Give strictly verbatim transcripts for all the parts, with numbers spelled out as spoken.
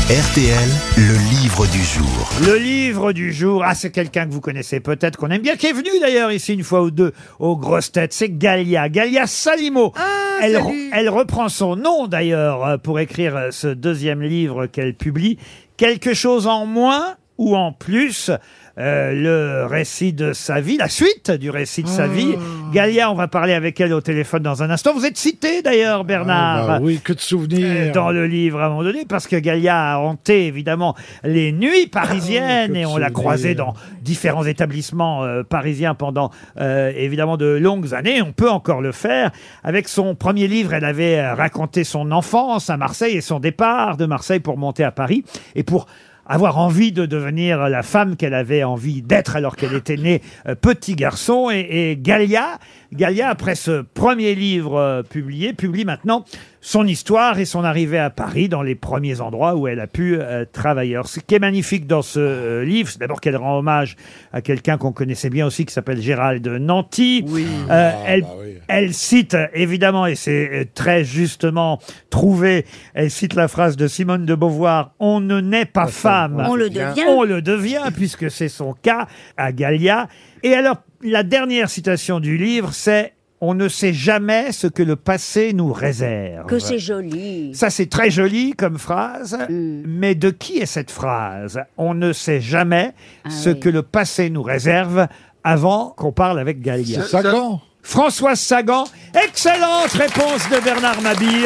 R T L, le livre du jour. Le livre du jour, ah c'est quelqu'un que vous connaissez peut-être, qu'on aime bien, qui est venu d'ailleurs ici une fois ou deux aux grosses têtes, c'est Galia, Galia Salimo. Ah, elle, salut. re- elle reprend son nom d'ailleurs pour écrire ce deuxième livre qu'elle publie, Quelque chose en moins ou en plus. Euh, le récit de sa vie, la suite du récit de sa vie. Galia, on va parler avec elle au téléphone dans un instant. Vous êtes cité d'ailleurs, Bernard. Ah, bah oui, que de souvenirs. Euh, dans le livre à un moment donné, parce que Galia a hanté évidemment les nuits parisiennes Oh, que et de on l'a souvenirs. croisée dans différents établissements euh, parisiens pendant euh, évidemment de longues années. On peut encore le faire. Avec son premier livre, elle avait euh, raconté son enfance à Marseille et son départ de Marseille pour monter à Paris et pour avoir envie de devenir la femme qu'elle avait envie d'être alors qu'elle était née euh, petit garçon. Et, et Galia, Galia, après ce premier livre euh, publié, publie maintenant son histoire et son arrivée à Paris dans les premiers endroits où elle a pu euh, travailler. Alors, ce qui est magnifique dans ce euh, livre, c'est d'abord qu'elle rend hommage à quelqu'un qu'on connaissait bien aussi, qui s'appelle Gérald Nanty. Oui. Euh, Ah, elle, bah oui. elle cite évidemment, et c'est euh, très justement trouvé, elle cite la phrase de Simone de Beauvoir, « On ne naît pas femme, On le devient. on le devient », puisque c'est son cas à Galia. Et alors, la dernière citation du livre, c'est « On ne sait jamais ce que le passé nous réserve ». Que c'est joli. Ça, c'est très joli comme phrase, Mm. mais de qui est cette phrase ? On ne sait jamais Ah ce oui. que le passé nous réserve avant qu'on parle avec Galia. Sagan. Françoise Sagan, excellente réponse de Bernard Mabille.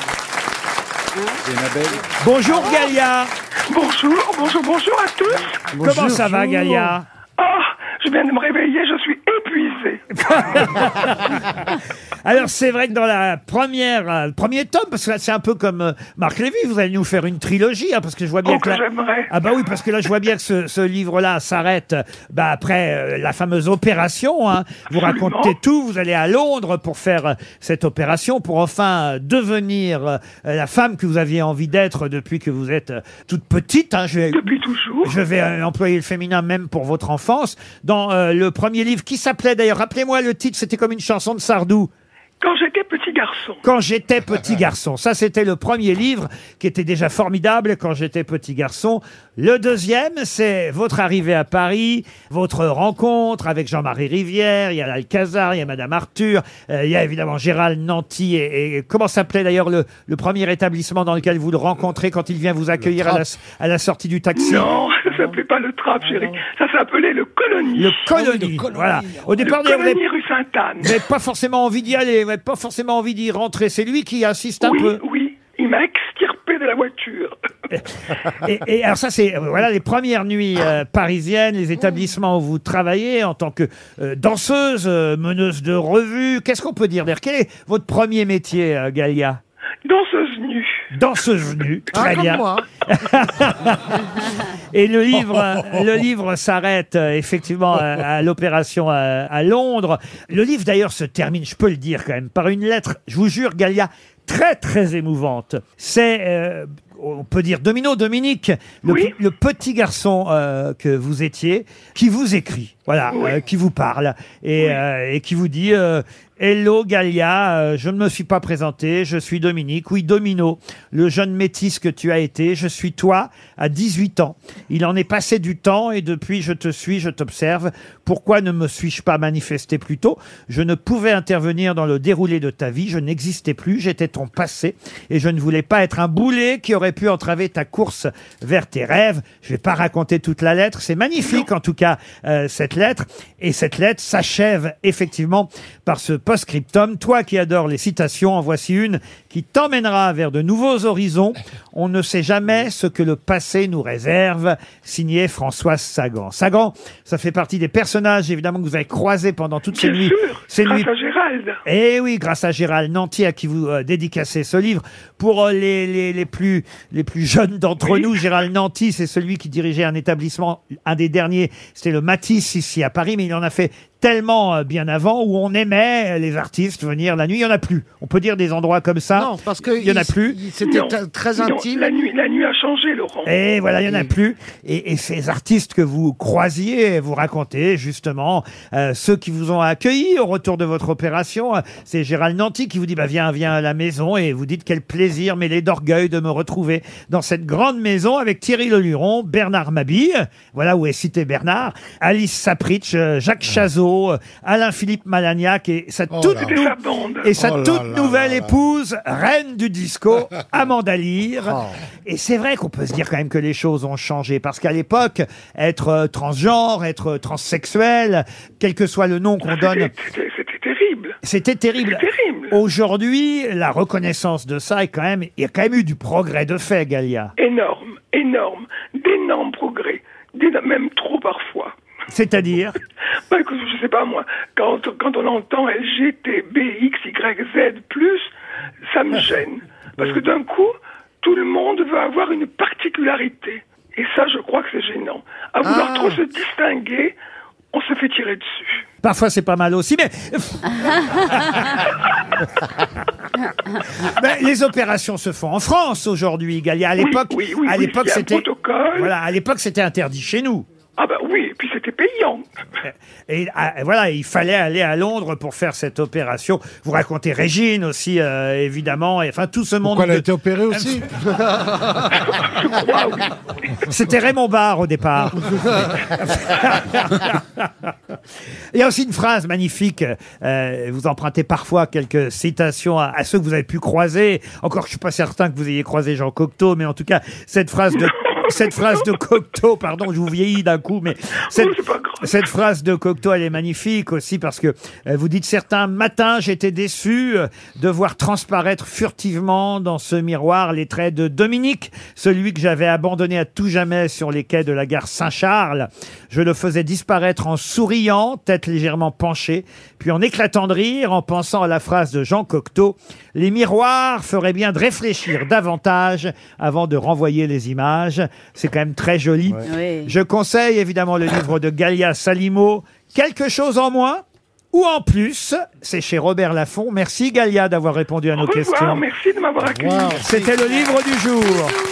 Bonjour Galia. Bonjour, bonjour, bonjour à tous. Comment ça va Galia ? Ah, je viens de me réveiller, je suis épuisé. Alors c'est vrai que dans la première, euh, le premier tome, parce que là c'est un peu comme euh, Marc Lévy, vous allez nous faire une trilogie, hein, parce que je vois bien Oh, que que là... j'aimerais. Ah bah oui, parce que là je vois bien que ce, ce livre-là s'arrête bah, après euh, la fameuse opération. Hein. Vous Absolument. racontez tout, vous allez à Londres pour faire euh, cette opération, pour enfin euh, devenir euh, la femme que vous aviez envie d'être depuis que vous êtes euh, toute petite. Hein. Je vais, Depuis toujours. je vais euh, employer le féminin même pour votre enfance. Dans euh, le premier livre qui s'appelait d'ailleurs, rappelez-moi le titre, c'était comme une chanson de Sardou. Quand j'étais petit garçon. Quand j'étais petit garçon. Ça, c'était le premier livre qui était déjà formidable, Quand j'étais petit garçon. Le deuxième, c'est votre arrivée à Paris, votre rencontre avec Jean-Marie Rivière, il y a l'Alcazar, il y a Madame Arthur, euh, il y a évidemment Gérald Nanty et, et comment s'appelait d'ailleurs le, le premier établissement dans lequel vous le rencontrez quand il vient vous accueillir à la, à la sortie du taxi? Non, ça s'appelait pas le Trap, chérie. Ça s'appelait le Colonie. Le Colonie. Voilà. Au Le départ, d'ailleurs, vous Colonie n'avez- rue Sainte-Anne. vous n'avez pas forcément envie d'y aller, vous n'avez pas forcément envie d'y rentrer. C'est lui qui insiste un Oui, peu. oui, il m'a extirpé de la voiture. Et, et alors ça, c'est euh, voilà les premières nuits euh, parisiennes, les établissements où vous travaillez en tant que euh, danseuse, euh, meneuse de revue. Qu'est-ce qu'on peut dire d'ailleurs? Quel est votre premier métier, euh, Galia? Danseuse nue. Danseuse nue, très Ah, comme bien. moi. Et le livre, euh, le livre s'arrête euh, effectivement à, à l'opération à, à Londres. Le livre d'ailleurs se termine, je peux le dire quand même, par une lettre, je vous jure, Galia, très très émouvante. C'est, euh, on peut dire Domino, Dominique, le, Oui. le petit garçon euh, que vous étiez, qui vous écrit, voilà, Oui. euh, qui vous parle et, Oui. euh, et qui vous dit. Euh, Hello Galia, euh, je ne me suis pas présenté, je suis Dominique, oui Domino, le jeune métis que tu as été, je suis toi à dix-huit ans. Il en est passé du temps et depuis je te suis, je t'observe. Pourquoi ne me suis-je pas manifesté plus tôt? Je ne pouvais intervenir dans le déroulé de ta vie, je n'existais plus, j'étais ton passé et je ne voulais pas être un boulet qui aurait pu entraver ta course vers tes rêves. Je vais pas raconter toute la lettre, c'est magnifique en tout cas euh, cette lettre et cette lettre s'achève effectivement par ce post-scriptum. Toi qui adores les citations, en voici une qui t'emmènera vers de nouveaux horizons. On ne sait jamais ce que le passé nous réserve. Signé Françoise Sagan. Sagan, ça fait partie des personnages évidemment que vous avez croisés pendant toutes ces Bien nuits. sûr, Ces grâce nuits. à Gérald. Eh oui, grâce à Gérald Nanty à qui vous euh, dédicacez ce livre. Pour euh, les, les, les, plus, les plus jeunes d'entre Oui. nous, Gérald Nanty, c'est celui qui dirigeait un établissement, un des derniers, c'était le Matisse ici à Paris, mais il en a fait tellement euh, bien avant où on aimait les artistes venir la nuit. Il n'y en a plus. On peut dire des endroits comme ça. Non, parce que il y en a il- plus. il- c'était Non, t- très non, intime. la nuit, la nuit a changé, Laurent. Et voilà, il n'y en a Oui. plus. Et, et ces artistes que vous croisiez, vous racontez justement euh, ceux qui vous ont accueillis au retour de votre opération. Euh, C'est Gérald Nanty qui vous dit bah, viens, viens à la maison et vous dites quel plaisir mêlé d'orgueil de me retrouver dans cette grande maison avec Thierry Leluron, Bernard Mabille, voilà où est cité Bernard, Alice Sapritch, euh, Jacques Chazot, euh, Alain-Philippe Malagnac et sa Oh toute, là. C'était nou- sa bande. et sa Oh là toute là nouvelle là là. épouse, reine du disco, Amanda Lear. Oh. Et c'est vrai qu'on peut se dire quand même que les choses ont changé parce qu'à l'époque, être euh, transgenre, être transsexuel, quel que soit le nom qu'on donne, C'était c'était terrible. c'était terrible. C'était terrible. Aujourd'hui, la reconnaissance de ça est quand même, il y a quand même eu du progrès de fait, Galia. Énorme, énorme, d'énormes progrès, d'éno- même trop parfois. C'est-à-dire, Bah, écoute, je sais pas moi, quand, quand on entend L G T B X Y Z plus, ça me gêne. Parce que d'un coup, tout le monde veut avoir une particularité. Et ça, je crois que c'est gênant. À vouloir Ah. trop se distinguer, on se fait tirer dessus. parfois c'est pas mal aussi, mais... Mais les opérations se font en France aujourd'hui, Galia. À l'époque, oui, oui, à oui, l'époque il y a un c'était, protocole. voilà, à l'époque c'était interdit chez nous. Ah bah oui, et puis c'était payant. Et ah, voilà, il fallait aller à Londres pour faire cette opération. Vous racontez Régine aussi, euh, évidemment, et enfin tout ce monde. Pourquoi elle a de- été opérée aussi? Je crois, oui. C'était Raymond Barre au départ. Il y a aussi une phrase magnifique. euh, vous empruntez parfois quelques citations à, à ceux que vous avez pu croiser. Encore, je suis pas certain que vous ayez croisé Jean Cocteau, mais en tout cas, cette phrase de cette phrase de Cocteau, pardon, je vous vieillis d'un coup, mais cette, Oh, c'est pas grave. cette phrase de Cocteau, elle est magnifique aussi parce que euh, vous dites certains matins, j'étais déçu euh, de voir transparaître furtivement dans ce miroir les traits de Dominique, celui que j'avais abandonné à tout jamais sur les quais de la gare Saint-Charles. Je le faisais disparaître en souriant, tête légèrement penchée, puis en éclatant de rire, en pensant à la phrase de Jean Cocteau. Les miroirs feraient bien de réfléchir davantage avant de renvoyer les images. C'est quand même très joli. Oui. Je conseille évidemment le livre de Galia Salimo, Quelque chose en moins ou en plus. C'est chez Robert Laffont. Merci Galia d'avoir répondu à Au nos revoir, questions. merci de m'avoir accueilli. Wow. C'était le livre du jour.